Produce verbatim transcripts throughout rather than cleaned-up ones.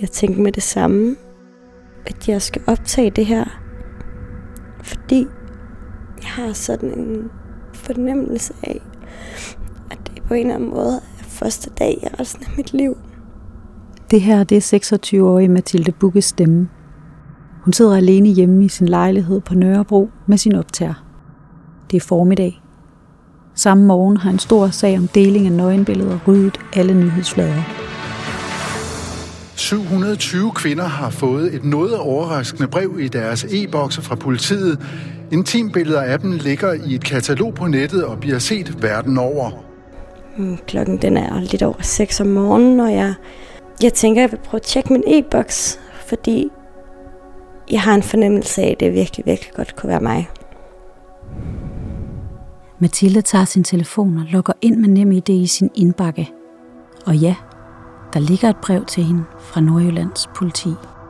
Jeg tænkte med det samme, at jeg skal optage det her, fordi jeg har sådan en fornemmelse af, at det på en eller anden måde er første dag i resten af mit liv. Det her, det er seksogtyve-årige Mathilde Bugges stemme. Hun sidder alene hjemme i sin lejlighed på Nørrebro med sin optager. Det er formiddag. Samme morgen har en stor sag om deling af nøgenbilleder ryddet alle nyhedsflader. syv hundrede og tyve kvinder har fået et noget overraskende brev i deres e-bokser fra politiet. Intimbilleder af dem ligger i et katalog på nettet og bliver set verden over. Klokken den er lidt over seks om morgenen, og jeg, jeg tænker, jeg vil prøve at tjekke min e-boks, fordi jeg har en fornemmelse af, at det virkelig, virkelig godt kunne være mig. Mathilde tager sin telefon og logger ind med NemID i sin indbakke. Og ja, der ligger et brev til hende fra Nordjyllands politi.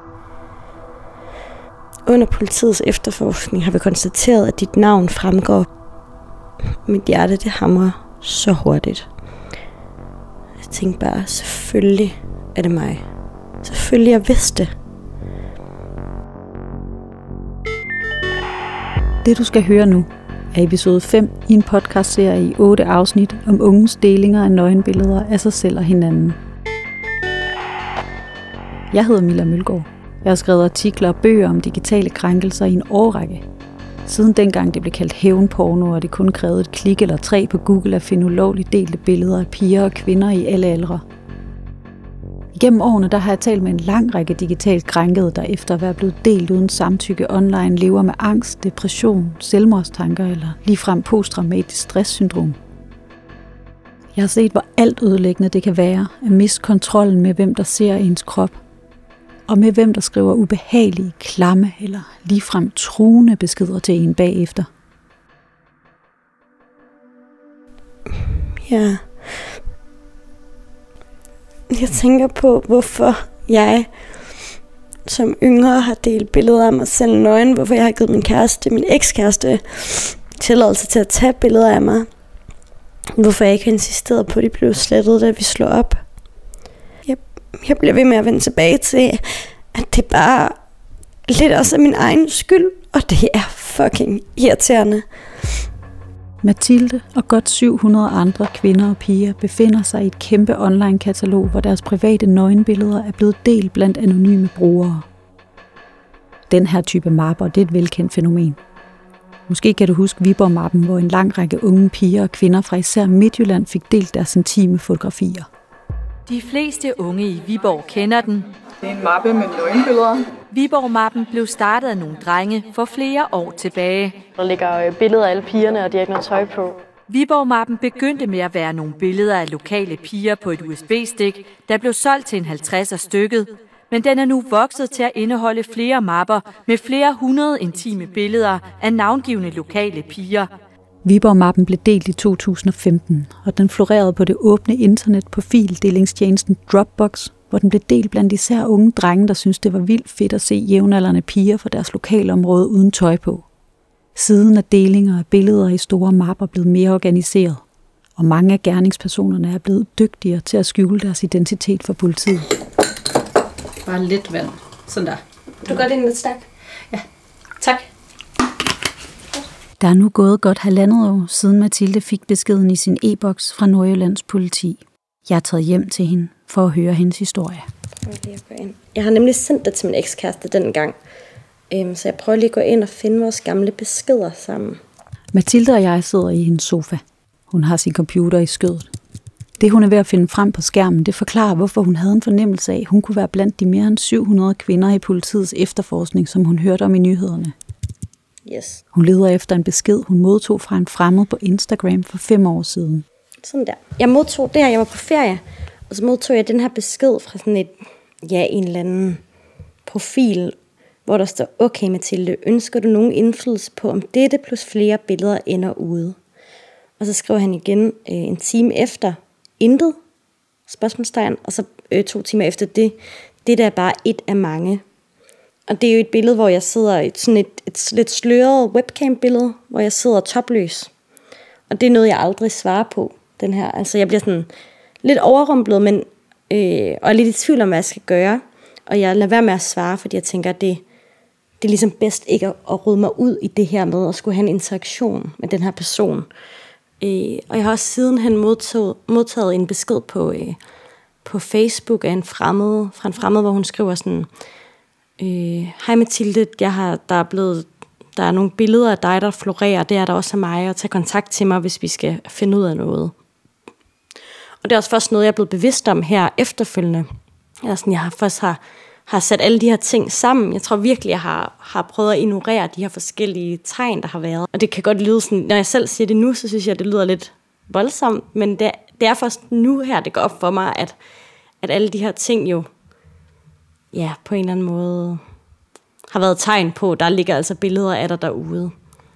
Under politiets efterforskning har vi konstateret, at dit navn fremgår. Mit hjerte, det hamrer så hurtigt. Jeg tænkte bare, selvfølgelig er det mig. Selvfølgelig, jeg vidste. Det du skal høre nu er episode fem i en podcastserie i otte afsnit om unges delinger af nøgenbilleder af sig selv og hinanden. Jeg hedder Milla Mølgaard. Jeg har skrevet artikler og bøger om digitale krænkelser i en årrække. Siden dengang det blev kaldt hævnporno, og det kun krævede et klik eller tre på Google at finde ulovligt delte billeder af piger og kvinder i alle aldre. Igennem årene der har jeg talt med en lang række digitalt krænkede, der efter at være blevet delt uden samtykke online lever med angst, depression, selvmordstanker eller ligefrem posttraumatisk stresssyndrom. Jeg har set, hvor alt ødelæggende det kan være at miste kontrollen med, hvem der ser ens krop, og med hvem der skriver ubehagelige, klamme eller ligefrem truende beskeder til en bagefter. Ja. Jeg tænker på, hvorfor jeg som yngre har delt billeder af mig selv nøgen, hvorfor jeg har givet min kæreste, min ekskæreste, tilladelse til at tage billeder af mig. Hvorfor jeg ikke har insisteret på, at de blev slettet, da vi slog op. Jeg, jeg bliver ved med at vende tilbage til, at det bare lidt også er min egen skyld, og det er fucking irriterende. Mathilde og godt syv hundrede andre kvinder og piger befinder sig i et kæmpe online-katalog, hvor deres private nøgenbilleder er blevet delt blandt anonyme brugere. Den her type mapper, det er et velkendt fænomen. Måske kan du huske Viborg-mappen, hvor en lang række unge piger og kvinder fra især Midtjylland fik delt deres intime fotografier. De fleste unge i Viborg kender den. Det er en mappe med nøgenbilleder. Viborg-mappen blev startet af nogle drenge for flere år tilbage. Der ligger billeder af alle pigerne, og de har ikke noget tøj på. Viborg-mappen begyndte med at være nogle billeder af lokale piger på et U S B-stik, der blev solgt til en halvtredser stykket. Men den er nu vokset til at indeholde flere mapper med flere hundrede intime billeder af navngivne lokale piger. Viborg-mappen blev delt i to tusind og femten, og den florerede på det åbne internet på fildelingstjenesten Dropbox, hvor den blev delt blandt især unge drenge, der syntes, det var vildt fedt at se jævnaldrende piger fra deres lokalområde uden tøj på. Siden er delinger af billeder i store mapper blevet mere organiseret, og mange af gerningspersonerne er blevet dygtigere til at skjule deres identitet for politiet. Bare lidt vand. Sådan der. Du gør det lidt stærkt. Ja, tak. Der er nu gået godt halvandet år, siden Mathilde fik beskeden i sin e-boks fra Nordjyllands politi. Jeg er taget hjem til hende for at høre hendes historie. Jeg har nemlig sendt det til min ekskæreste dengang, så jeg prøver lige at gå ind og finde vores gamle beskeder sammen. Mathilde og jeg sidder i hendes sofa. Hun har sin computer i skødet. Det hun er ved at finde frem på skærmen, det forklarer, hvorfor hun havde en fornemmelse af, at hun kunne være blandt de mere end syv hundrede kvinder i politiets efterforskning, som hun hørte om i nyhederne. Yes. Hun leder efter en besked, hun modtog fra en fremmed på Instagram for fem år siden. Sådan der. Jeg modtog det her, jeg var på ferie, og så modtog jeg den her besked fra sådan et, ja, en eller anden profil, hvor der står, okay Mathilde, ønsker du nogen indflydelse på, om dette plus flere billeder ender ude? Og så skriver han igen øh, en time efter, intet, spørgsmålstegn, og så øh, to timer efter det, det der er bare et af mange. Og det er jo et billede, hvor jeg sidder i sådan et, et lidt sløret webcam-billede, hvor jeg sidder topløs. Og det er noget, jeg aldrig svarer på, den her. Altså jeg bliver sådan lidt overrumplet, men, øh, og er lidt i tvivl om, hvad jeg skal gøre. Og jeg lader være med at svare, fordi jeg tænker, at det, det er ligesom bedst ikke at, at rode mig ud i det her med at skulle have en interaktion med den her person. Øh, og jeg har også sidenhen modtaget, modtaget en besked på, øh, på Facebook af en fremmed, fra en fremmed, hvor hun skriver sådan, øh, hej Mathilde, jeg har, der, er blevet, der er nogle billeder af dig, der florerer, det er der også af mig, og tag kontakt til mig, hvis vi skal finde ud af noget. Og det er også først noget, jeg er blevet bevidst om her efterfølgende. Jeg, sådan, jeg har først har, har sat alle de her ting sammen. Jeg tror virkelig, jeg har, har prøvet at ignorere de her forskellige tegn, der har været. Og det kan godt lyde sådan, når jeg selv siger det nu, så synes jeg, det lyder lidt voldsomt. Men det, det er først nu her, det går op for mig, at, at alle de her ting jo, ja, på en eller anden måde har været tegn på, der ligger altså billeder af dig derude.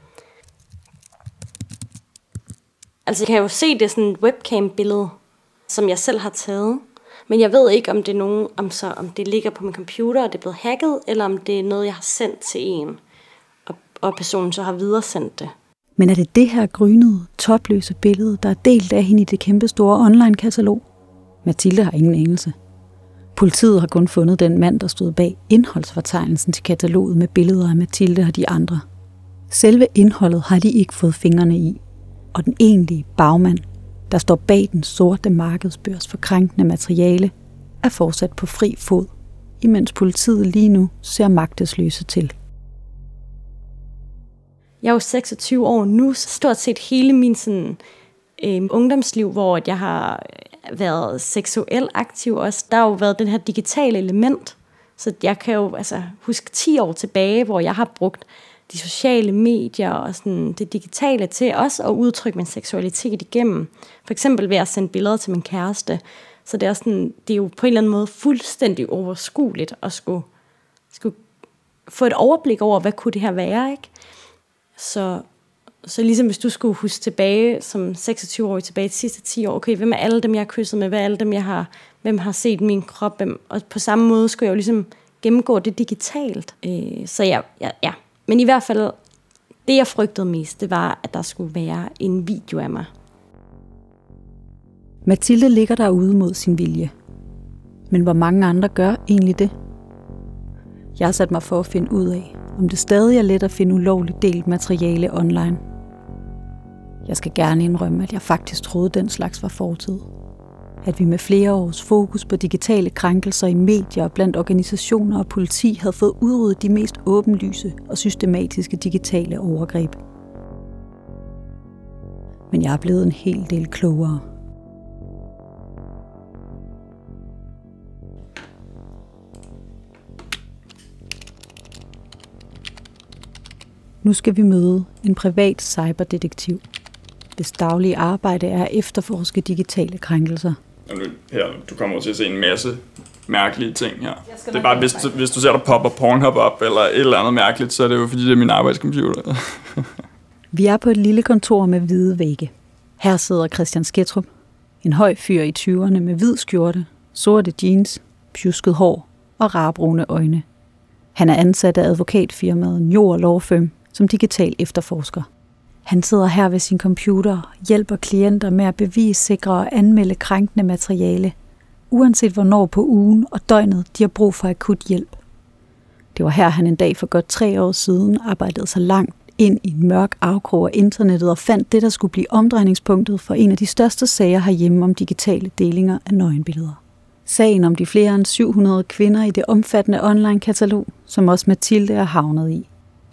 Altså jeg kan jo se, det er sådan et webcam-billede, som jeg selv har taget. Men jeg ved ikke, om det er nogen, om, så, om det ligger på min computer, og det er blevet hacket, eller om det er noget, jeg har sendt til en, og, og personen så har videresendt det. Men er det det her grynede, topløse billede, der er delt af hende i det kæmpe store online-katalog? Mathilde har ingen anelse. Politiet har kun fundet den mand, der stod bag indholdsfortegnelsen til kataloget med billeder af Mathilde og de andre. Selve indholdet har de ikke fået fingrene i, og den egentlige bagmand, der står bag den sorte markedsbørs for krænkende materiale, er fortsat på fri fod, imens politiet lige nu ser magtesløse til. Jeg er jo seksogtyve år nu, så stort set hele min sådan, øh, ungdomsliv, hvor jeg har været seksuelt aktiv også. Der har jo været den her digitale element, så jeg kan jo altså, huske ti år tilbage, hvor jeg har brugt de sociale medier og sådan det digitale til også at udtrykke min seksualitet igennem. For eksempel ved at sende billeder til min kæreste. Så det er, sådan, det er jo på en eller anden måde fuldstændig overskueligt at skulle, skulle få et overblik over, hvad kunne det her være, ikke? Så, så ligesom hvis du skulle huske tilbage som seksogtyve-årig tilbage de sidste ti år, okay, hvem er alle dem, jeg har kysset med? Hvad er alle dem, jeg har, hvem har set min krop? Hvem? Og på samme måde skulle jeg jo ligesom gennemgå det digitalt. Øh, så ja, ja, ja. Men i hvert fald, det jeg frygtede mest, det var, at der skulle være en video af mig. Mathilde ligger derude mod sin vilje. Men hvor mange andre gør egentlig det? Jeg har sat mig for at finde ud af, om det stadig er let at finde ulovligt delt materiale online. Jeg skal gerne indrømme, at jeg faktisk troede, den slags var fortid. At vi med flere års fokus på digitale krænkelser i medier og blandt organisationer og politi havde fået udryddet de mest åbenlyse og systematiske digitale overgreb. Men jeg er blevet en hel del klogere. Nu skal vi møde en privat cyberdetektiv, hvis daglige arbejde er at efterforske digitale krænkelser. Her, du kommer til at se en masse mærkelige ting her. Det er bare, hvis du, hvis du ser, der popper Pornhub op, eller et eller andet mærkeligt, så er det jo fordi, det er min arbejdscomputer. Vi er på et lille kontor med hvide vægge. Her sidder Christian Sketrup, en høj fyr i tyverne med hvid skjorte, sorte jeans, pjusket hår og rarbrune øjne. Han er ansat af advokatfirmaet Njord Law Firm som digital efterforsker. Han sidder her ved sin computer og hjælper klienter med at bevissikre og anmelde krænkende materiale, uanset hvornår på ugen og døgnet de har brug for akut hjælp. Det var her, han en dag for godt tre år siden arbejdede sig langt ind i en mørk afkrog af internettet og fandt det, der skulle blive omdrejningspunktet for en af de største sager herhjemme om digitale delinger af nøgenbilleder. Sagen om de flere end syv hundrede kvinder i det omfattende online-katalog, som også Mathilde er havnet i.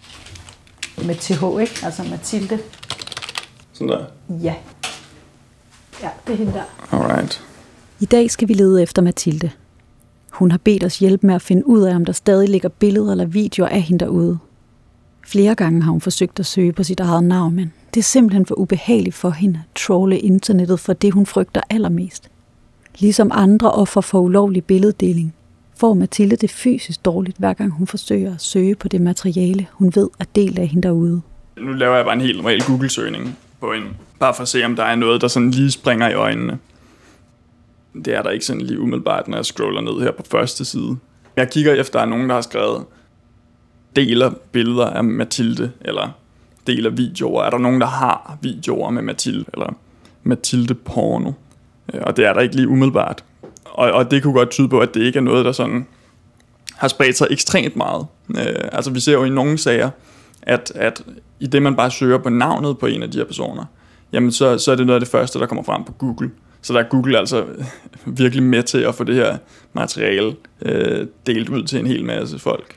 Med T H, ikke? Altså Mathilde. Sådan der? Ja. Ja, det er hende der. Alright. I dag skal vi lede efter Mathilde. Hun har bedt os hjælpe med at finde ud af, om der stadig ligger billeder eller videoer af hende derude. Flere gange har hun forsøgt at søge på sit eget navn, men det er simpelthen for ubehageligt for hende at trolle internettet for det, hun frygter allermest. Ligesom andre offer for ulovlig billeddeling, får Mathilde det fysisk dårligt, hver gang hun forsøger at søge på det materiale, hun ved er delt af hende derude. Nu laver jeg bare en helt normal Google-søgning på en, bare for at se, om der er noget, der sådan lige springer i øjnene. Det er der ikke sådan lige umiddelbart, når jeg scroller ned her på første side. Jeg kigger efter, at der er nogen, der har skrevet, deler billeder af Mathilde, eller deler videoer. Er der nogen, der har videoer med Mathilde, eller Mathilde porno? Og det er der ikke lige umiddelbart. Og, og det kunne godt tyde på, at det ikke er noget, der sådan har spredt sig ekstremt meget. Øh, altså vi ser jo i nogle sager, at, at i det man bare søger på navnet på en af de her personer, jamen så, så er det noget af det første, der kommer frem på Google. Så der er Google altså virkelig med til at få det her materiale øh, delt ud til en hel masse folk.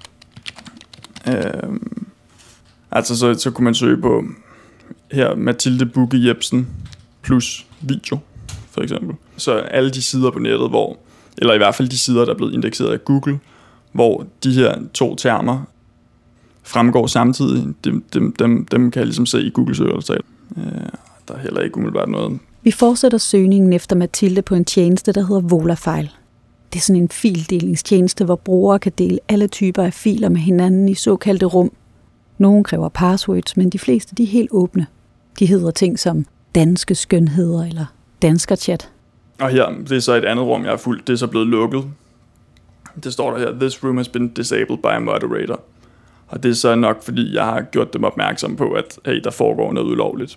Øh, altså så, så kunne man søge på her Mathilde Bugge Jepsen plus video, for eksempel. Så alle de sider på nettet, hvor, eller i hvert fald de sider, der er blevet indekseret af Google, hvor de her to termer fremgår samtidig, dem, dem, dem, dem kan jeg ligesom se i Google søgeresultat. Øh, der er heller ikke umiddelbart noget. Vi fortsætter søgningen efter Mathilde på en tjeneste, der hedder Volafile. Det er sådan en fildelingstjeneste, hvor brugere kan dele alle typer af filer med hinanden i såkaldte rum. Nogle kræver passwords, men de fleste de er helt åbne. De hedder ting som danske skønheder eller danskerchat. Og her, det er så et andet rum, jeg har fulgt. Det er så blevet lukket. Det står der her, this room has been disabled by a moderator. Og det er så nok, fordi jeg har gjort dem opmærksom på, at hey, der foregår noget ulovligt.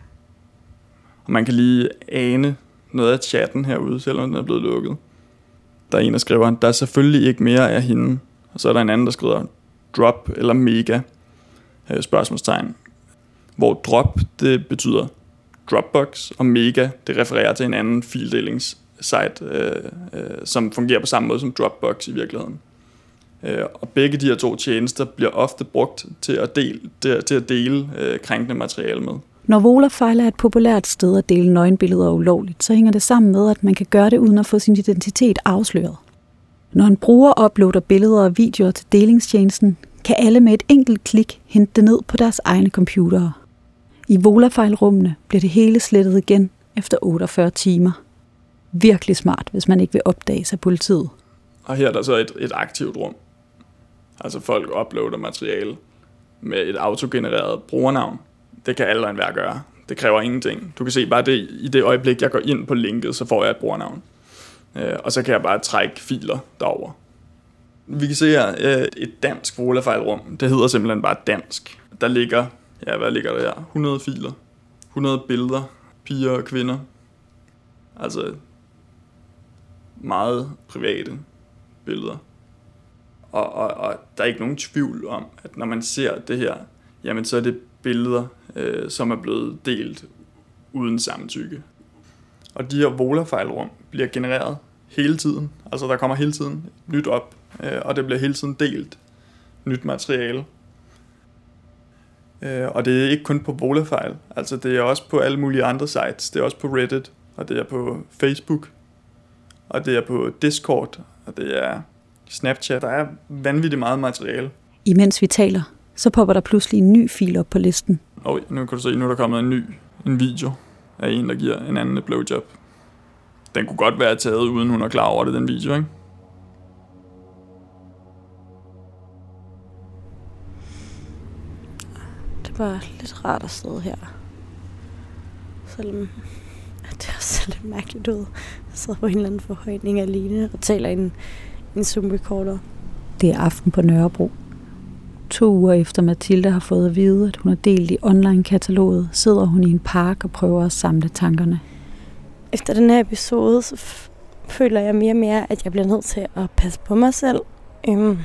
Og man kan lige ane noget af chatten herude, selvom den er blevet lukket. Der er en, der skriver, der er selvfølgelig ikke mere af hende. Og så er der en anden, der skriver, drop eller mega, spørgsmålstegn. Hvor drop, det betyder Dropbox, og mega, det refererer til en anden fildelingssite, øh, øh, som fungerer på samme måde som Dropbox i virkeligheden. Øh, og begge de her to tjenester bliver ofte brugt til at dele, til at dele øh, krænkende materiale med. Når Volafile er et populært sted at dele nøgenbilleder ulovligt, så hænger det sammen med, at man kan gøre det uden at få sin identitet afsløret. Når en bruger uploader billeder og videoer til delingstjenesten, kan alle med et enkelt klik hente det ned på deres egne computere. I Volafile-rummene bliver det hele slettet igen efter otteogfyrre timer. Virkelig smart, hvis man ikke vil opdages af politiet. Og her er der så et, et aktivt rum. Altså folk uploader materiale med et autogenereret brugernavn. Det kan alle og enhver gøre. Det kræver ingenting. Du kan se bare det i det øjeblik, jeg går ind på linket, så får jeg et brugernavn. Øh, og så kan jeg bare trække filer derover. Vi kan se her øh, et dansk Volafile-rum. Det hedder simpelthen bare dansk. Der ligger, ja hvad ligger der her? hundrede filer. hundrede billeder. Piger og kvinder. Altså meget private billeder. Og, og, og der er ikke nogen tvivl om, at når man ser det her, jamen så er det billeder, øh, som er blevet delt uden samtykke. Og de her Volafile-rum bliver genereret hele tiden. Altså der kommer hele tiden nyt op, øh, og det bliver hele tiden delt nyt materiale. Øh, og det er ikke kun på Volafile, altså det er også på alle mulige andre sites. Det er også på Reddit, og det er på Facebook, og det er på Discord, og det er Snapchat. Der er vanvittigt meget materiale. Imens vi taler, så popper der pludselig en ny fil op på listen. Og nu kan du se, nu er der kommet en ny en video af en, der giver en anden et blowjob. Den kunne godt være taget, uden hun er klar over det, den video, ikke? Det var lidt rart at sidde her. Selvom det også ser lidt mærkeligt ud. Jeg sidder på en eller anden forhøjning alene og taler i en, en Zoom-recorder. Det er aften på Nørrebro. To uger efter Mathilde har fået at vide, at hun er delt i online-kataloget, sidder hun i en park og prøver at samle tankerne. Efter den her episode, så f- føler jeg mere og mere, at jeg bliver nødt til at passe på mig selv. Øhm.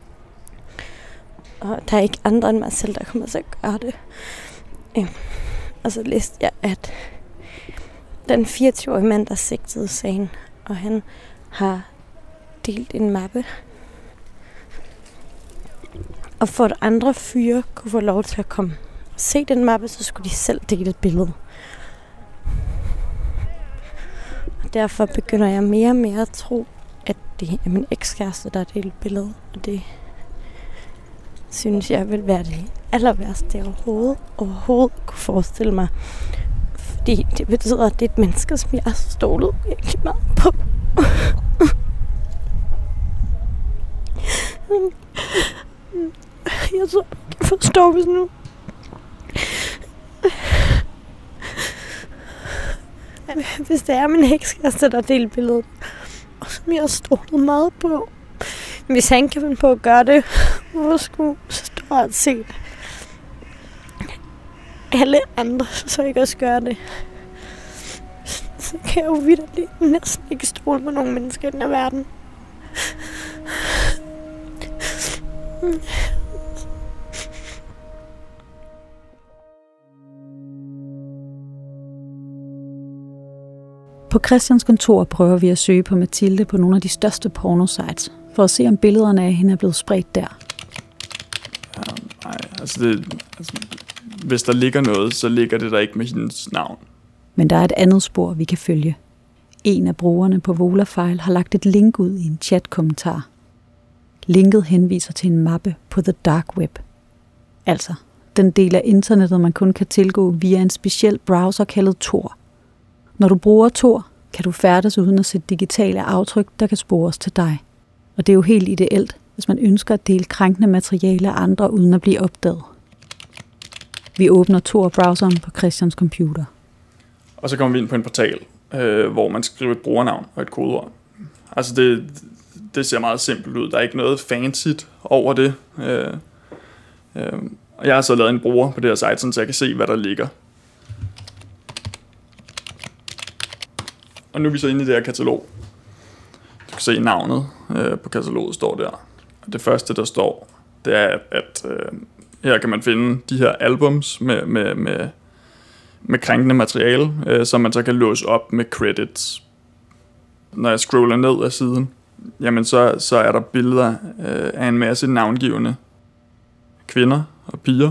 Og der er ikke andre end mig selv, der kommer til at gøre det. Øhm. Og så læste jeg, at den fireogtyve-årige mand, der sigtede sagen, og han har delt en mappe. Og for at andre fyre kunne få lov til at komme og se den mappe, så skulle de selv dele et billede. Og derfor begynder jeg mere og mere at tro, at det er min ekskæreste, der har delt billedet. Og det synes jeg vil være det aller værste, jeg overhovedet, overhovedet kunne forestille mig. Fordi det betyder, at det er et menneske, som jeg har stolet virkelig meget på. Jeg tror, jeg forstår mig nu. Hvis det er min ekskæreste, der deler billedet, og som jeg har stolet meget på. Hvis han kan finde på at gøre det, hvorfor skulle stort set alle andre så ikke også gøre det? Så kan jeg jo vitterligt næsten ikke stole på nogen mennesker i den her verden. På Christians kontor prøver vi at søge på Mathilde på nogle af de største pornosites, for at se om billederne af hende er blevet spredt der. Ja, nej, altså, det, altså hvis der ligger noget, så ligger det der ikke med hendes navn. Men der er et andet spor, vi kan følge. En af brugerne på Volafile har lagt et link ud i en chat-kommentar. Linket henviser til en mappe på The Dark Web. Altså, den del af internettet, man kun kan tilgå via en speciel browser kaldet Tor. Når du bruger Tor, kan du færdes uden at sætte digitale aftryk, der kan spores til dig. Og det er jo helt ideelt, hvis man ønsker at dele krænkende materiale af andre uden at blive opdaget. Vi åbner Tor-browseren på Christians computer. Og så kommer vi ind på en portal, øh, hvor man skriver et brugernavn og et kodeord. Altså det, det ser meget simpelt ud. Der er ikke noget fancy over det. Øh, øh, og jeg har så lavet en bruger på det her site, så jeg kan se, hvad der ligger. Og nu er vi så inde i det her katalog. Du kan se navnet øh, på kataloget står der. Og det første, der står, det er, at øh, her kan man finde de her albums med, med, med, med krænkende materiale, øh, som man så kan låse op med credits. Når jeg scroller ned ad siden, jamen så, så er der billeder øh, af en masse navngivende kvinder og piger.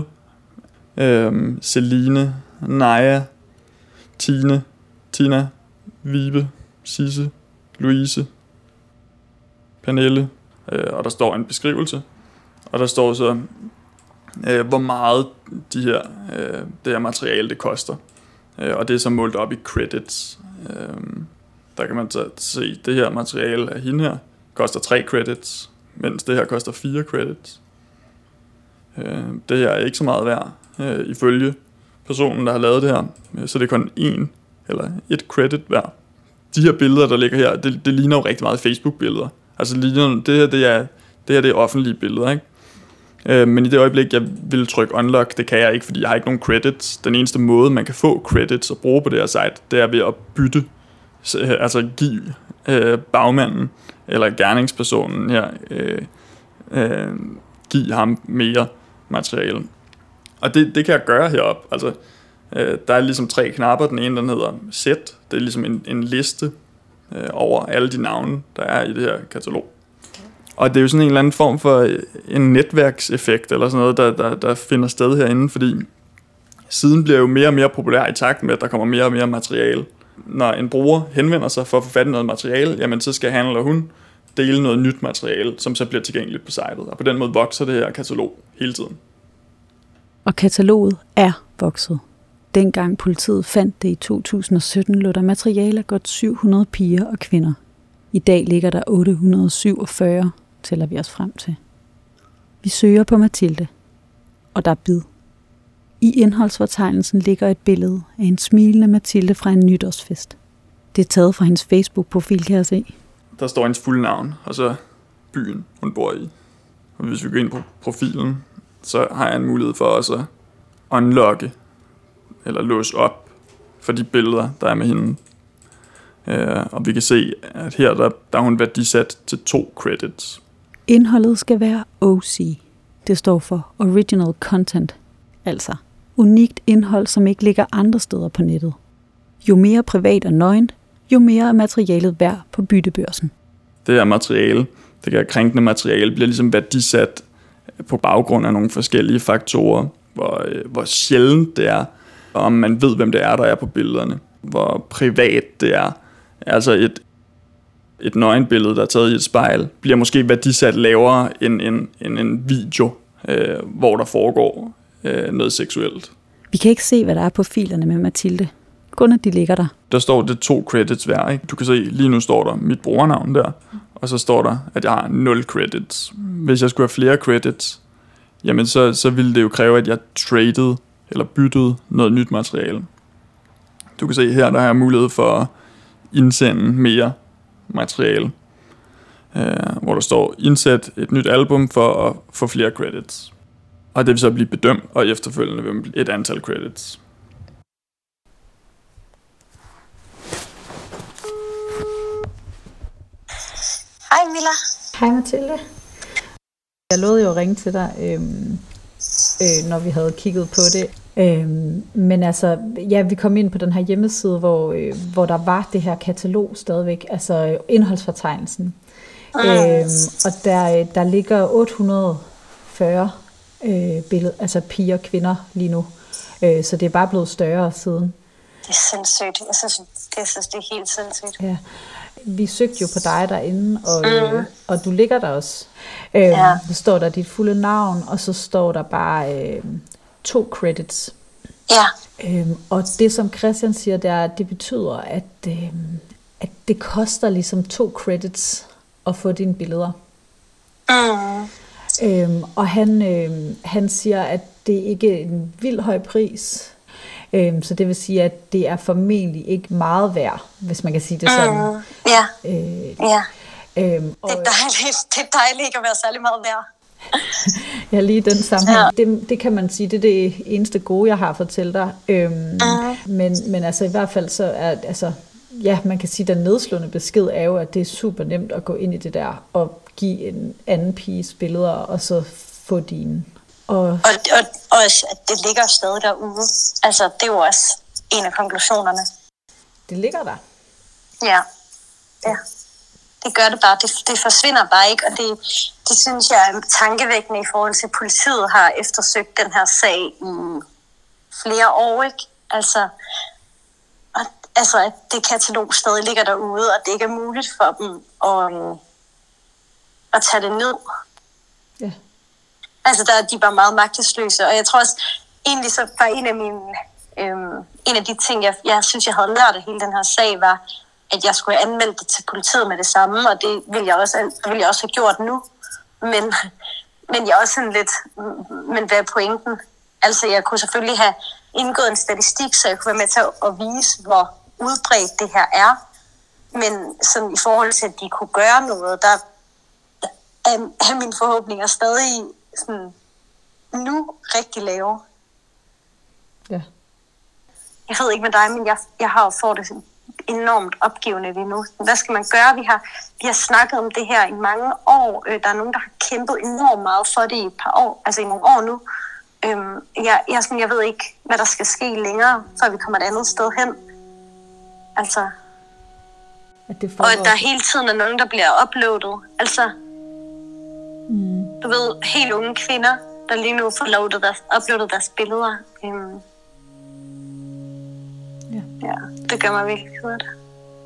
Øh, Celine, Naja, Tine, Tina, Vibe, Sisse, Louise, Pernille, øh, og der står en beskrivelse, og der står så, øh, hvor meget de her, øh, det her materiale det koster, øh, og det er så målt op i credits. Øh, der kan man så se, det her materiale af hende her koster tre credits, mens det her koster fire credits. Øh, det her er ikke så meget værd, øh, ifølge personen, der har lavet det her, øh, så det er kun én eller et credit værd. De her billeder, der ligger her, det, det ligner jo rigtig meget Facebook-billeder. Altså ligner, det her, det er, det her det er offentlige billeder, ikke? Øh, men i det øjeblik, jeg vil trykke unlock, det kan jeg ikke, fordi jeg har ikke nogen credits. Den eneste måde, man kan få credits og bruge på det her site, det er ved at bytte, altså give øh, bagmanden eller gerningspersonen her, øh, øh, give ham mere materiale. Og det, det kan jeg gøre heroppe. Altså, øh, der er ligesom tre knapper. Den ene, den hedder set. Det er ligesom en, en liste øh, over alle de navne, der er i det her katalog. Og det er jo sådan en eller anden form for en netværkseffekt, eller sådan noget, der, der, der finder sted herinde, fordi siden bliver jo mere og mere populær i takt med, at der kommer mere og mere materiale. Når en bruger henvender sig for at få fat i noget materiale, jamen så skal han eller hun dele noget nyt materiale, som så bliver tilgængeligt på sitet. Og på den måde vokser det her katalog hele tiden. Og kataloget er vokset. Dengang politiet fandt det i to tusind og sytten, lå der materiale af godt syv hundrede piger og kvinder. I dag ligger der otte hundrede syvogfyrre, tæller vi os frem til. Vi søger på Mathilde, og der er bid. I indholdsfortegnelsen ligger et billede af en smilende Mathilde fra en nytårsfest. Det er taget fra hendes Facebook-profil, kan jeg se. Der står hendes fulde navn, og så byen, hun bor i. Og hvis vi går ind på profilen, så har jeg en mulighed for også at unlocke, eller låse op for de billeder, der er med hende. Uh, og vi kan se, at her der, der er hun værdisat til to credits. Indholdet skal være O C. Det står for Original Content. Altså unikt indhold, som ikke ligger andre steder på nettet. Jo mere privat og nøgent, jo mere er materialet værd på byttebørsen. Det her materiale, det her krænkende materiale, bliver ligesom værdisat på baggrund af nogle forskellige faktorer. Hvor, hvor sjældent det er, og om man ved, hvem det er, der er på billederne. Hvor privat det er. Altså et, et nøgenbillede, der er taget i et spejl, bliver måske værdisat lavere end en, end en video, øh, hvor der foregår øh, noget seksuelt. Vi kan ikke se, hvad der er på filerne med Mathilde. Kun at de ligger der. Der står det to credits hver, ikke? Du kan se, lige nu står der mit brugernavn der, og så står der, at jeg har nul credits. Hvis jeg skulle have flere credits, jamen så, så ville det jo kræve, at jeg traded eller byttede noget nyt materiale. Du kan se her, der har jeg mulighed for at indsende mere materiale, øh, hvor der står indsæt et nyt album for at få flere credits. Og det vil så blive bedømt, og efterfølgende vil man blive et antal credits. Hej Milla. Hej Mathilde. Jeg lovede jo at ringe til dig, øhm, øh, når vi havde kigget på det. Øhm, men altså, ja, vi kom ind på den her hjemmeside, hvor, øh, hvor der var det her katalog stadigvæk, altså indholdsfortegnelsen. Mm. Øhm, og der, der ligger otte hundrede og fyrre øh, billeder, altså piger og kvinder lige nu. Øh, så det er bare blevet større siden. Det er sindssygt. Jeg synes, det, jeg synes, det er helt sindssygt. Ja. Vi søgte jo på dig derinde, og, mm. øh, og du ligger der også. Øh, ja. Så står der dit fulde navn, og så står der bare øh, to credits. Ja. Øh, og det, som Christian siger, det, er, det betyder, at, øh, at det koster ligesom to credits at få dine billeder. Mm. Øh, og han, øh, han siger, at det ikke er en vild høj pris. Så det vil sige, at det er formentlig ikke meget værd, hvis man kan sige det sådan. Mm, ja, øh, ja. Øhm, og, det, er dejligt. det er dejligt ikke at være særlig meget værd. Ja, lige den sammenhæng. Ja. Det, det kan man sige, det er det eneste gode, jeg har at fortælle dig. Øhm, mm. men, men altså i hvert fald så er, altså, ja, man kan sige, at den nedslående besked er jo, at det er super nemt at gå ind i det der, og give en anden piges billeder, og så få dine. Og, og, og, og at det ligger stadig derude. Altså, det er jo også en af konklusionerne. Det ligger der? Ja. Ja. Det gør det bare. Det, det forsvinder bare ikke, og det, det synes jeg er tankevækkende i forhold til, at politiet har eftersøgt den her sag i flere år, ikke? Altså, og, altså at det katalog stadig ligger derude, og det ikke er muligt for dem at, at tage det ned. Ja. Altså, der er de bare meget magtesløse, og jeg tror også, egentlig så var en af mine, øhm, en af de ting, jeg, jeg synes, jeg havde lært af hele den her sag, var, at jeg skulle anmelde det til politiet med det samme, og det ville jeg også, det ville jeg også have gjort nu. Men, men jeg er også sådan lidt, men hvad er pointen? Altså, jeg kunne selvfølgelig have indgået en statistik, så jeg kunne være med til at vise, hvor udbredt det her er. Men sådan, i forhold til, at de kunne gøre noget, der er, er mine forhåbninger stadig sådan, nu rigtig lave. Ja. Jeg ved ikke med dig, men jeg, jeg har jo fået det enormt opgivende lige nu. Hvad skal man gøre? Vi har, vi har snakket om det her i mange år. Der er nogen, der har kæmpet enormt meget for det i et par år, altså i nogle år nu. Jeg, jeg, sådan, jeg ved ikke, hvad der skal ske længere, før vi kommer et andet sted hen. Altså. At det og at der hele tiden er nogen, der bliver uploadet. Altså. Mm. Du ved, helt unge kvinder, der lige nu får loadet deres, uploadet deres billeder. Um, ja. ja, det gør mig virkelig ked af det.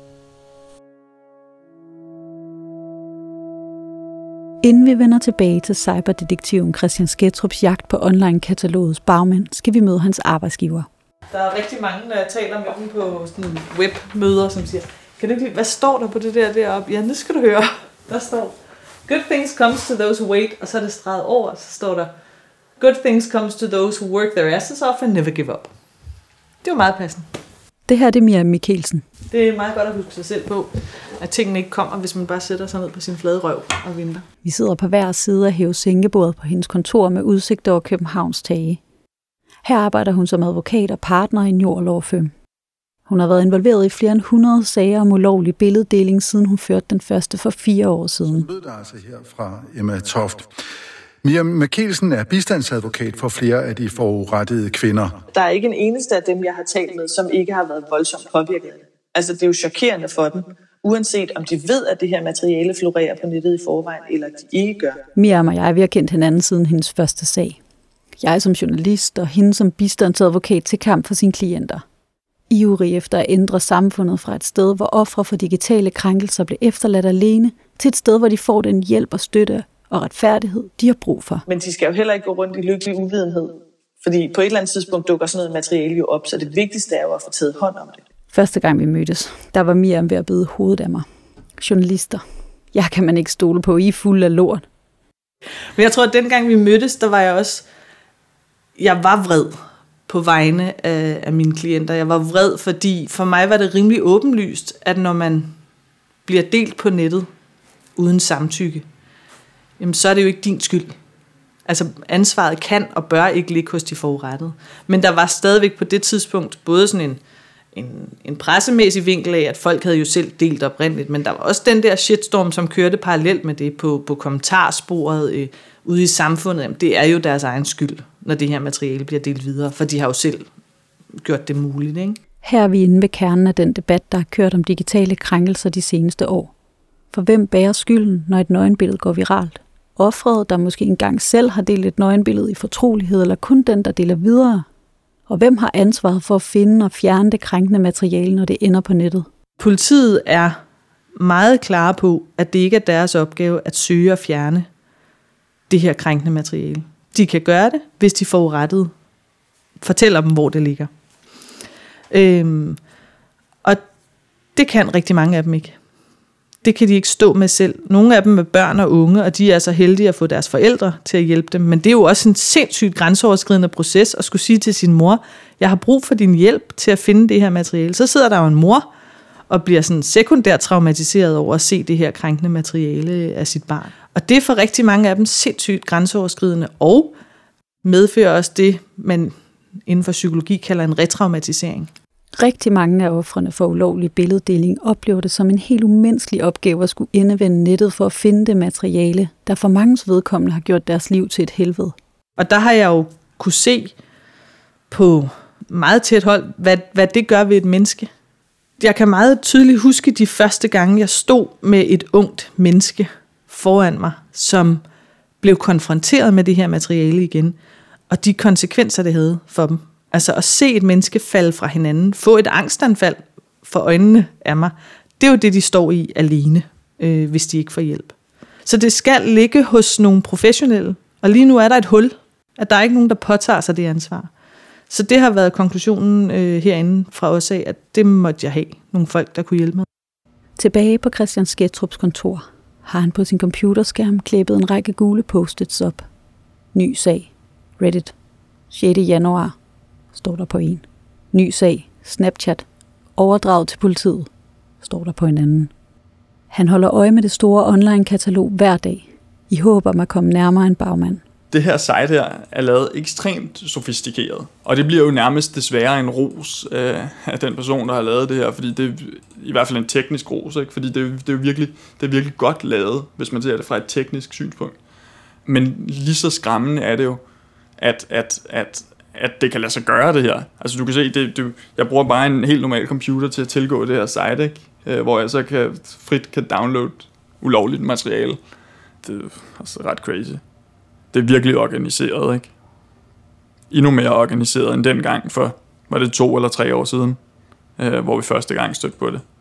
Inden vi vender tilbage til cyberdetektiven Christian Skætrups jagt på online-katalogets bagmænd, skal vi møde hans arbejdsgiver. Der er rigtig mange, når jeg taler med dem på sådan webmøder, som siger, kan du ikke lide, hvad står der på det der deroppe? Ja, nu skal du høre. Der står, good things comes to those who wait, og så er det streget over, så står der, good things comes to those who work their asses off and never give up. Det er jo meget passende. Det her det er Mia Mikkelsen. Det er meget godt at huske sig selv på, at tingene ikke kommer, hvis man bare sætter sig ned på sin flade røv og venter. Vi sidder på hver side af hæve-sænkebordet på hendes kontor med udsigt over Københavns tage. Her arbejder hun som advokat og partner i Njord Law Firm. Hun har været involveret i flere end hundrede sager om ulovlig billeddeling, siden hun førte den første for fire år siden. Så mød der altså her fra Emma Toft. Mia Mikkelsen er bistandsadvokat for flere af de forurettede kvinder. Der er ikke en eneste af dem, jeg har talt med, som ikke har været voldsomt påvirket. Altså, det er jo chokerende for dem, uanset om de ved, at det her materiale florerer på nettet i forvejen, eller de ikke gør. Mia og jeg, vi har kendt hinanden siden hendes første sag. Jeg som journalist, og hende som bistandsadvokat til kamp for sine klienter. Ivrig efter at ændre samfundet fra et sted, hvor ofre for digitale krænkelser bliver efterladt alene, til et sted, hvor de får den hjælp og støtte og retfærdighed, de har brug for. Men de skal jo heller ikke gå rundt i lykkelig uvidenhed, fordi på et eller andet tidspunkt dukker sådan noget materiale jo op, så det vigtigste er jo at få taget hånd om det. Første gang vi mødtes, der var Miriam ved at bide hovedet af mig. Journalister. Jeg kan man ikke stole på, I er fuld af lort. Men jeg tror, at dengang vi mødtes, der var jeg også, jeg var vred på vegne af, af mine klienter. Jeg var vred, fordi for mig var det rimelig åbenlyst, at når man bliver delt på nettet uden samtykke, jamen så er det jo ikke din skyld. Altså ansvaret kan og bør ikke ligge hos de forurettede. Men der var stadigvæk på det tidspunkt både sådan en, en, en pressemæssig vinkel af, at folk havde jo selv delt oprindeligt, men der var også den der shitstorm, som kørte parallelt med det på, på kommentarsporet øh, ude i samfundet. Jamen, det er jo deres egen skyld, når det her materiale bliver delt videre, for de har jo selv gjort det muligt, ikke? Her er vi inde ved kernen af den debat, der har kørt om digitale krænkelser de seneste år. For hvem bærer skylden, når et nøgenbillede går viralt? Offeret, der måske engang selv har delt et nøgenbillede i fortrolighed, eller kun den, der deler videre? Og hvem har ansvaret for at finde og fjerne det krænkende materiale, når det ender på nettet? Politiet er meget klare på, at det ikke er deres opgave at søge og fjerne det her krænkende materiale. De kan gøre det, hvis de forurettede fortæller dem, hvor det ligger. Øhm, og det kan rigtig mange af dem ikke. Det kan de ikke stå med selv. Nogle af dem er børn og unge, og de er så heldige at få deres forældre til at hjælpe dem. Men det er jo også en sindssygt grænseoverskridende proces at skulle sige til sin mor, jeg har brug for din hjælp til at finde det her materiale. Så sidder der jo en mor og bliver sådan sekundært traumatiseret over at se det her krænkende materiale af sit barn. Og det er for rigtig mange af dem sindssygt grænseoverskridende, og medfører også det, man inden for psykologi kalder en retraumatisering. Rigtig mange af ofrene for ulovlig billeddeling oplever det som en helt umenneskelig opgave at skulle indevende nettet for at finde det materiale, der for manges vedkommende har gjort deres liv til et helvede. Og der har jeg jo kunne se på meget tæt hold, hvad, hvad det gør ved et menneske. Jeg kan meget tydeligt huske de første gange, jeg stod med et ungt menneske foran mig, som blev konfronteret med det her materiale igen, og de konsekvenser, det havde for dem. Altså at se et menneske falde fra hinanden, få et angstanfald for øjnene af mig, det er jo det, de står i alene, øh, hvis de ikke får hjælp. Så det skal ligge hos nogle professionelle, og lige nu er der et hul, at der er ikke nogen, der påtager sig det ansvar. Så det har været konklusionen øh, herinde fra os af, at det måtte jeg have, nogle folk, der kunne hjælpe mig. Tilbage på Christian Skætrups kontor har han på sin computerskærm klippet en række gule post-its op. Ny sag. Reddit. sjette januar. Står der på en. Ny sag. Snapchat. Overdraget til politiet. Står der på en anden. Han holder øje med det store online-katalog hver dag, i håb om at komme nærmere en bagmand. Det her site her er lavet ekstremt sofistikeret, og det bliver jo nærmest desværre en ros øh, af den person, der har lavet det her, fordi det er i hvert fald en teknisk ros, ikke? Fordi det, det, er jo virkelig, det er virkelig godt lavet, hvis man ser det fra et teknisk synspunkt. Men lige så skræmmende er det jo, at, at, at, at det kan lade sig gøre det her. Altså du kan se, det, det, jeg bruger bare en helt normal computer til at tilgå det her site, ikke? Øh, hvor jeg så kan, frit kan downloade ulovligt materiale. Det er altså ret crazy. Det er virkelig organiseret, ikke? Endnu mere organiseret end dengang for, var det to eller tre år siden, øh, hvor vi første gang stødte på det.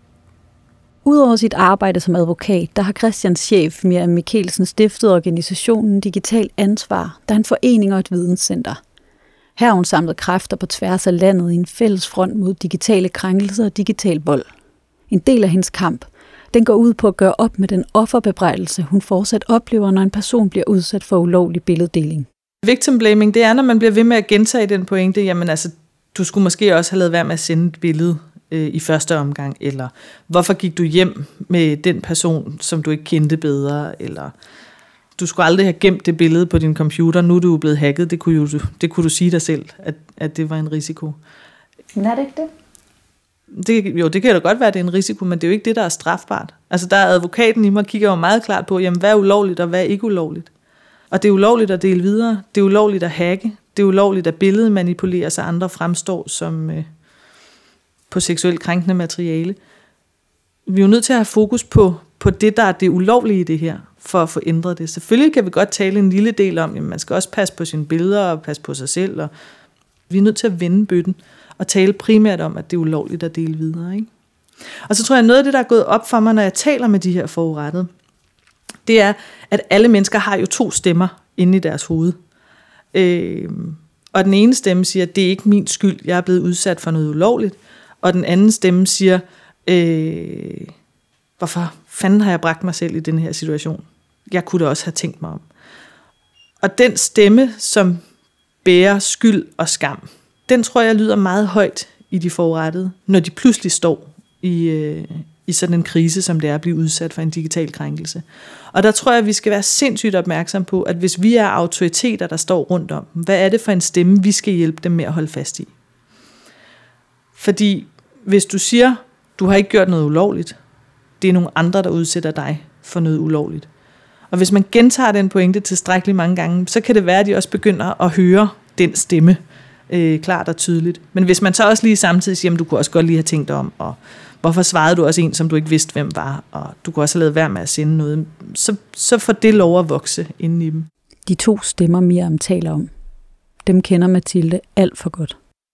Udover sit arbejde som advokat, der har Christians chef, Miriam Mikkelsen, stiftet organisationen Digital Ansvar, der er en forening og et videnscenter. Her har hun samlet kræfter på tværs af landet i en fælles front mod digitale krænkelser og digital vold. En del af hendes kamp, den går ud på at gøre op med den offerbebrejdelse, hun fortsat oplever, når en person bliver udsat for ulovlig billeddeling. Victim blaming, det er, når man bliver ved med at gentage den pointe, jamen altså, du skulle måske også have lavet være med at sende et billede øh, i første omgang, eller hvorfor gik du hjem med den person, som du ikke kendte bedre, eller du skulle aldrig have gemt det billede på din computer, nu er du blevet hacket, det kunne, jo, det kunne du sige dig selv, at, at det var en risiko. Men er det ikke det? Det, jo, det kan da godt være, at det er en risiko, men det er jo ikke det, der er strafbart. Altså der er advokaten i mig, kigger jo meget klart på, jamen, hvad er ulovligt og hvad er ikke ulovligt. Og det er ulovligt at dele videre, det er ulovligt at hacke, det er ulovligt at billedet manipuleres, så andre fremstår som øh, på seksuelt krænkende materiale. Vi er jo nødt til at have fokus på, på det, der er det ulovlige i det her, for at få ændret det. Selvfølgelig kan vi godt tale en lille del om, at man skal også passe på sine billeder og passe på sig selv. Og vi er nødt til at vende bøtten og tale primært om, at det er ulovligt at dele videre. Ikke? Og så tror jeg, at noget af det, der er gået op for mig, når jeg taler med de her forurettede, det er, at alle mennesker har jo to stemmer inde i deres hoved. Øh, og den ene stemme siger, at det er ikke min skyld, jeg er blevet udsat for noget ulovligt. Og den anden stemme siger, øh, hvorfor fanden har jeg bragt mig selv i den her situation? Jeg kunne da også have tænkt mig om. Og den stemme, som bærer skyld og skam, den tror jeg lyder meget højt i de forurettede, når de pludselig står i, øh, i sådan en krise, som det er at blive udsat for en digital krænkelse. Og der tror jeg, at vi skal være sindssygt opmærksom på, at hvis vi er autoriteter, der står rundt om dem, hvad er det for en stemme, vi skal hjælpe dem med at holde fast i? Fordi hvis du siger, du har ikke gjort noget ulovligt, det er nogle andre, der udsætter dig for noget ulovligt. Og hvis man gentager den pointe tilstrækkeligt mange gange, så kan det være, at de også begynder at høre den stemme øh, klart og tydeligt. Men hvis man så også lige samtidig siger, at du kunne også godt lige have tænkt om, og hvorfor svarede du også en, som du ikke vidste, hvem var, og du kunne også have lavet være med at sende noget, så, så får det lov at vokse inden i dem. De to stemmer, Miriam taler om, dem kender Mathilde alt for godt.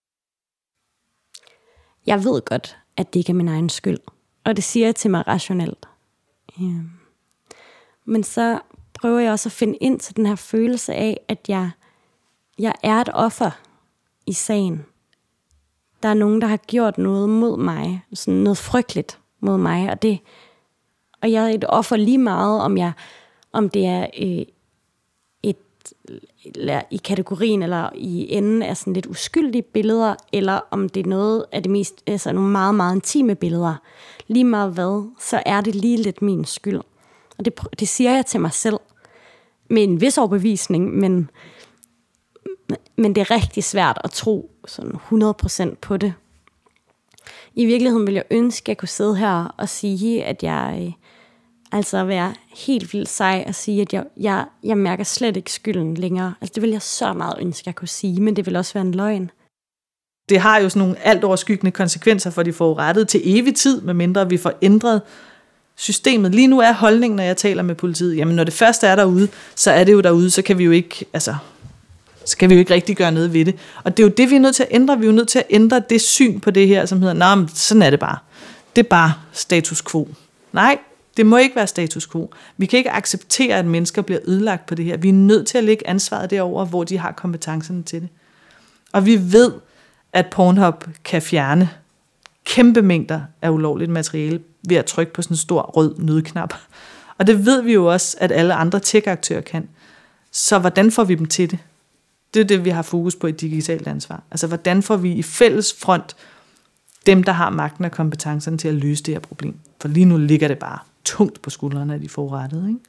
Jeg ved godt, at det ikke er min egen skyld, og det siger jeg til mig rationelt. Ja. Men så prøver jeg også at finde ind til den her følelse af, at jeg, jeg er et offer i sagen. Der er nogen, der har gjort noget mod mig, sådan noget frygteligt mod mig, og det, og jeg er et offer lige meget, om jeg, om det er øh, et eller i kategorien eller i enden af sådan lidt uskyldige billeder, eller om det er noget af det mest, altså nogle meget meget intime billeder. Lige meget hvad, så er det lige lidt min skyld. Og det, det siger jeg til mig selv med en vis overbevisning, men men det er rigtig svært at tro sådan hundrede procent på det. I virkeligheden vil jeg ønske, at jeg kunne sidde her og sige, at jeg øh, altså være helt vildt sej og sige, at jeg, jeg, jeg mærker slet ikke skylden længere. Altså det vil jeg så meget ønske, at jeg kunne sige, men det vil også være en løgn. Det har jo sådan nogle alt overskyggende konsekvenser for de forurettede til evig tid, medmindre vi får ændret systemet. Lige nu er holdningen, når jeg taler med politiet, jamen når det først er derude, så er det jo derude, så kan vi jo ikke, altså, så kan vi jo ikke rigtig gøre noget ved det. Og det er jo det, vi er nødt til at ændre. Vi er jo nødt til at ændre det syn på det her, som hedder, nej, men sådan er det bare. Det er bare status quo. Nej, det må ikke være status quo. Vi kan ikke acceptere, at mennesker bliver ødelagt på det her. Vi er nødt til at lægge ansvaret derover, hvor de har kompetencerne til det. Og vi ved, at Pornhub kan fjerne kæmpe mængder af ulovligt materiale ved at trykke på sådan en stor rød nødknap. Og det ved vi jo også, at alle andre tech-aktører kan. Så hvordan får vi dem til det? Det er det, vi har fokus på i digitalt ansvar. Altså, hvordan får vi i fælles front dem, der har magten og kompetencerne til at løse det her problem? For lige nu ligger det bare tungt på skuldrene af de forurettede, ikke?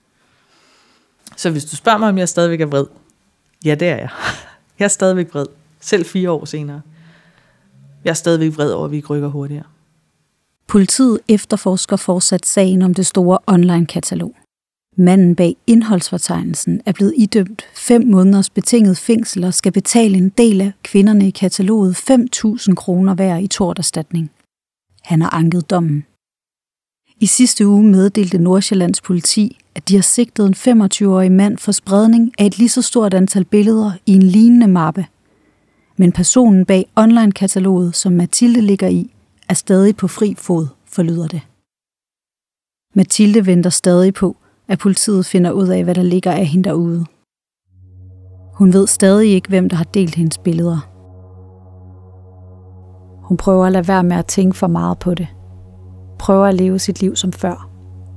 Så hvis du spørger mig, om jeg stadigvæk er vred, ja, det er jeg. Jeg er stadigvæk vred, selv fire år senere. Jeg er stadigvæk vred over, at vi ikke rykker hurtigere. Politiet efterforsker fortsat sagen om det store online-katalog. Manden bag indholdsfortegnelsen er blevet idømt fem måneders betinget fængsel og skal betale en del af kvinderne i kataloget fem tusind kroner hver i torterstatning. Han har anket dommen. I sidste uge meddelte Nordsjællands politi, at de har sigtet en femogtyve-årig mand for spredning af et lige så stort antal billeder i en lignende mappe. Men personen bag online-kataloget, som Mathilde ligger i, er stadig på fri fod, forlyder det. Mathilde venter stadig på, at politiet finder ud af, hvad der ligger af hende derude. Hun ved stadig ikke, hvem der har delt hendes billeder. Hun prøver at lade være med at tænke for meget på det. Prøver at leve sit liv som før.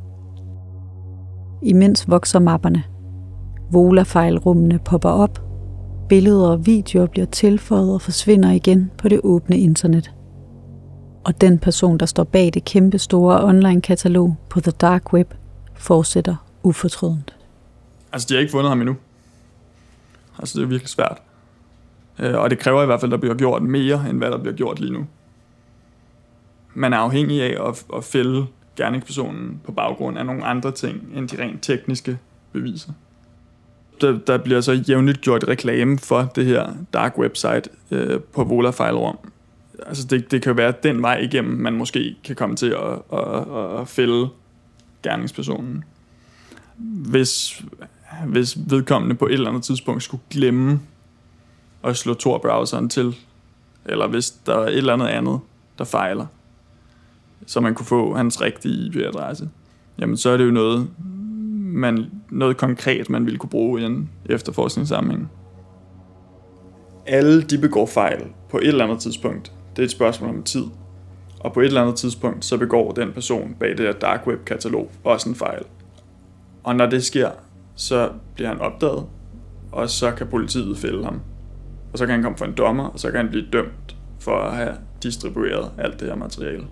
Imens vokser mapperne. Vola-fejlrummene popper op. Billeder og videoer bliver tilføjet og forsvinder igen på det åbne internet. Og den person, der står bag det kæmpe store online-katalog på The Dark Web, fortsætter ufortrødent. Altså, de har ikke fundet ham endnu. Altså, det er virkelig svært. Og det kræver i hvert fald, at der bliver gjort mere, end hvad der bliver gjort lige nu. Man er afhængig af at, at fælde gerningspersonen på baggrund af nogle andre ting, end de rent tekniske beviser. Der, der bliver så jævnligt gjort reklame for det her dark website øh, på Vola-fejlrum. Altså, det, det kan jo være den vej igennem, man måske kan komme til at, at, at, at fælde gerningspersonen. Hvis, hvis vedkommende på et eller andet tidspunkt skulle glemme at slå Tor-browseren til, eller hvis der er et eller andet andet, der fejler, så man kunne få hans rigtige I P-adresse, jamen så er det jo noget, man, noget konkret, man ville kunne bruge i en efterforskningssammenhæng. Alle de begår fejl på et eller andet tidspunkt. Det er et spørgsmål om tid. Og på et eller andet tidspunkt, så begår den person bag det her dark web-katalog også en fejl. Og når det sker, så bliver han opdaget, og så kan politiet fælde ham. Og så kan han komme for en dommer, og så kan han blive dømt for at have distribueret alt det her materiale.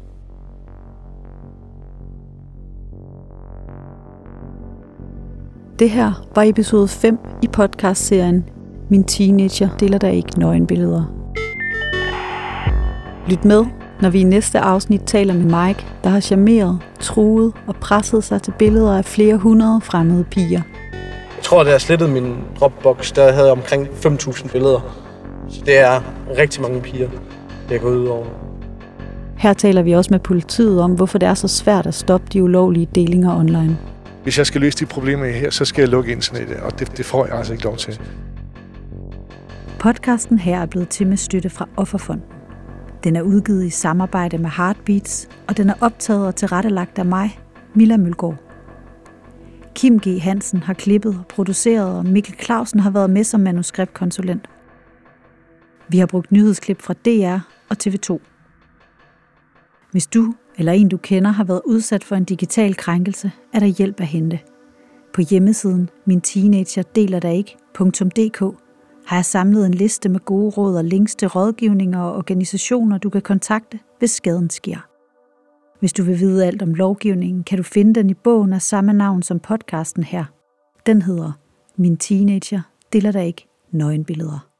Det her var episode fem i podcastserien Min teenager deler der ikke nøgenbilleder. Lyt med, når vi i næste afsnit taler med Mike, der har charmeret, truet og presset sig til billeder af flere hundrede fremmede piger. Jeg tror, da jeg slettede min Dropbox, der havde jeg omkring fem tusind billeder. Så det er rigtig mange piger, det er gået ud over. Her taler vi også med politiet om, hvorfor det er så svært at stoppe de ulovlige delinger online. Hvis jeg skal løse de problemer her, så skal jeg lukke internettet, og det, det får jeg altså ikke lov til. Podcasten her er blevet til med støtte fra Offerfonden. Den er udgivet i samarbejde med Heartbeats, og den er optaget og tilrettelagt af mig, Milla Mølgaard. Kim G. Hansen har klippet og produceret, og Mikkel Clausen har været med som manuskriptkonsulent. Vi har brugt nyhedsklip fra D R og T V to. Hvis du eller en du kender har været udsat for en digital krænkelse, er der hjælp at hente. På hjemmesiden min teenager deler der ikke punktum d k har jeg samlet en liste med gode råd og links til rådgivninger og organisationer, du kan kontakte, hvis skaden sker. Hvis du vil vide alt om lovgivningen, kan du finde den i bogen af samme navn som podcasten her. Den hedder Min teenager deler der ikke nøgenbilleder.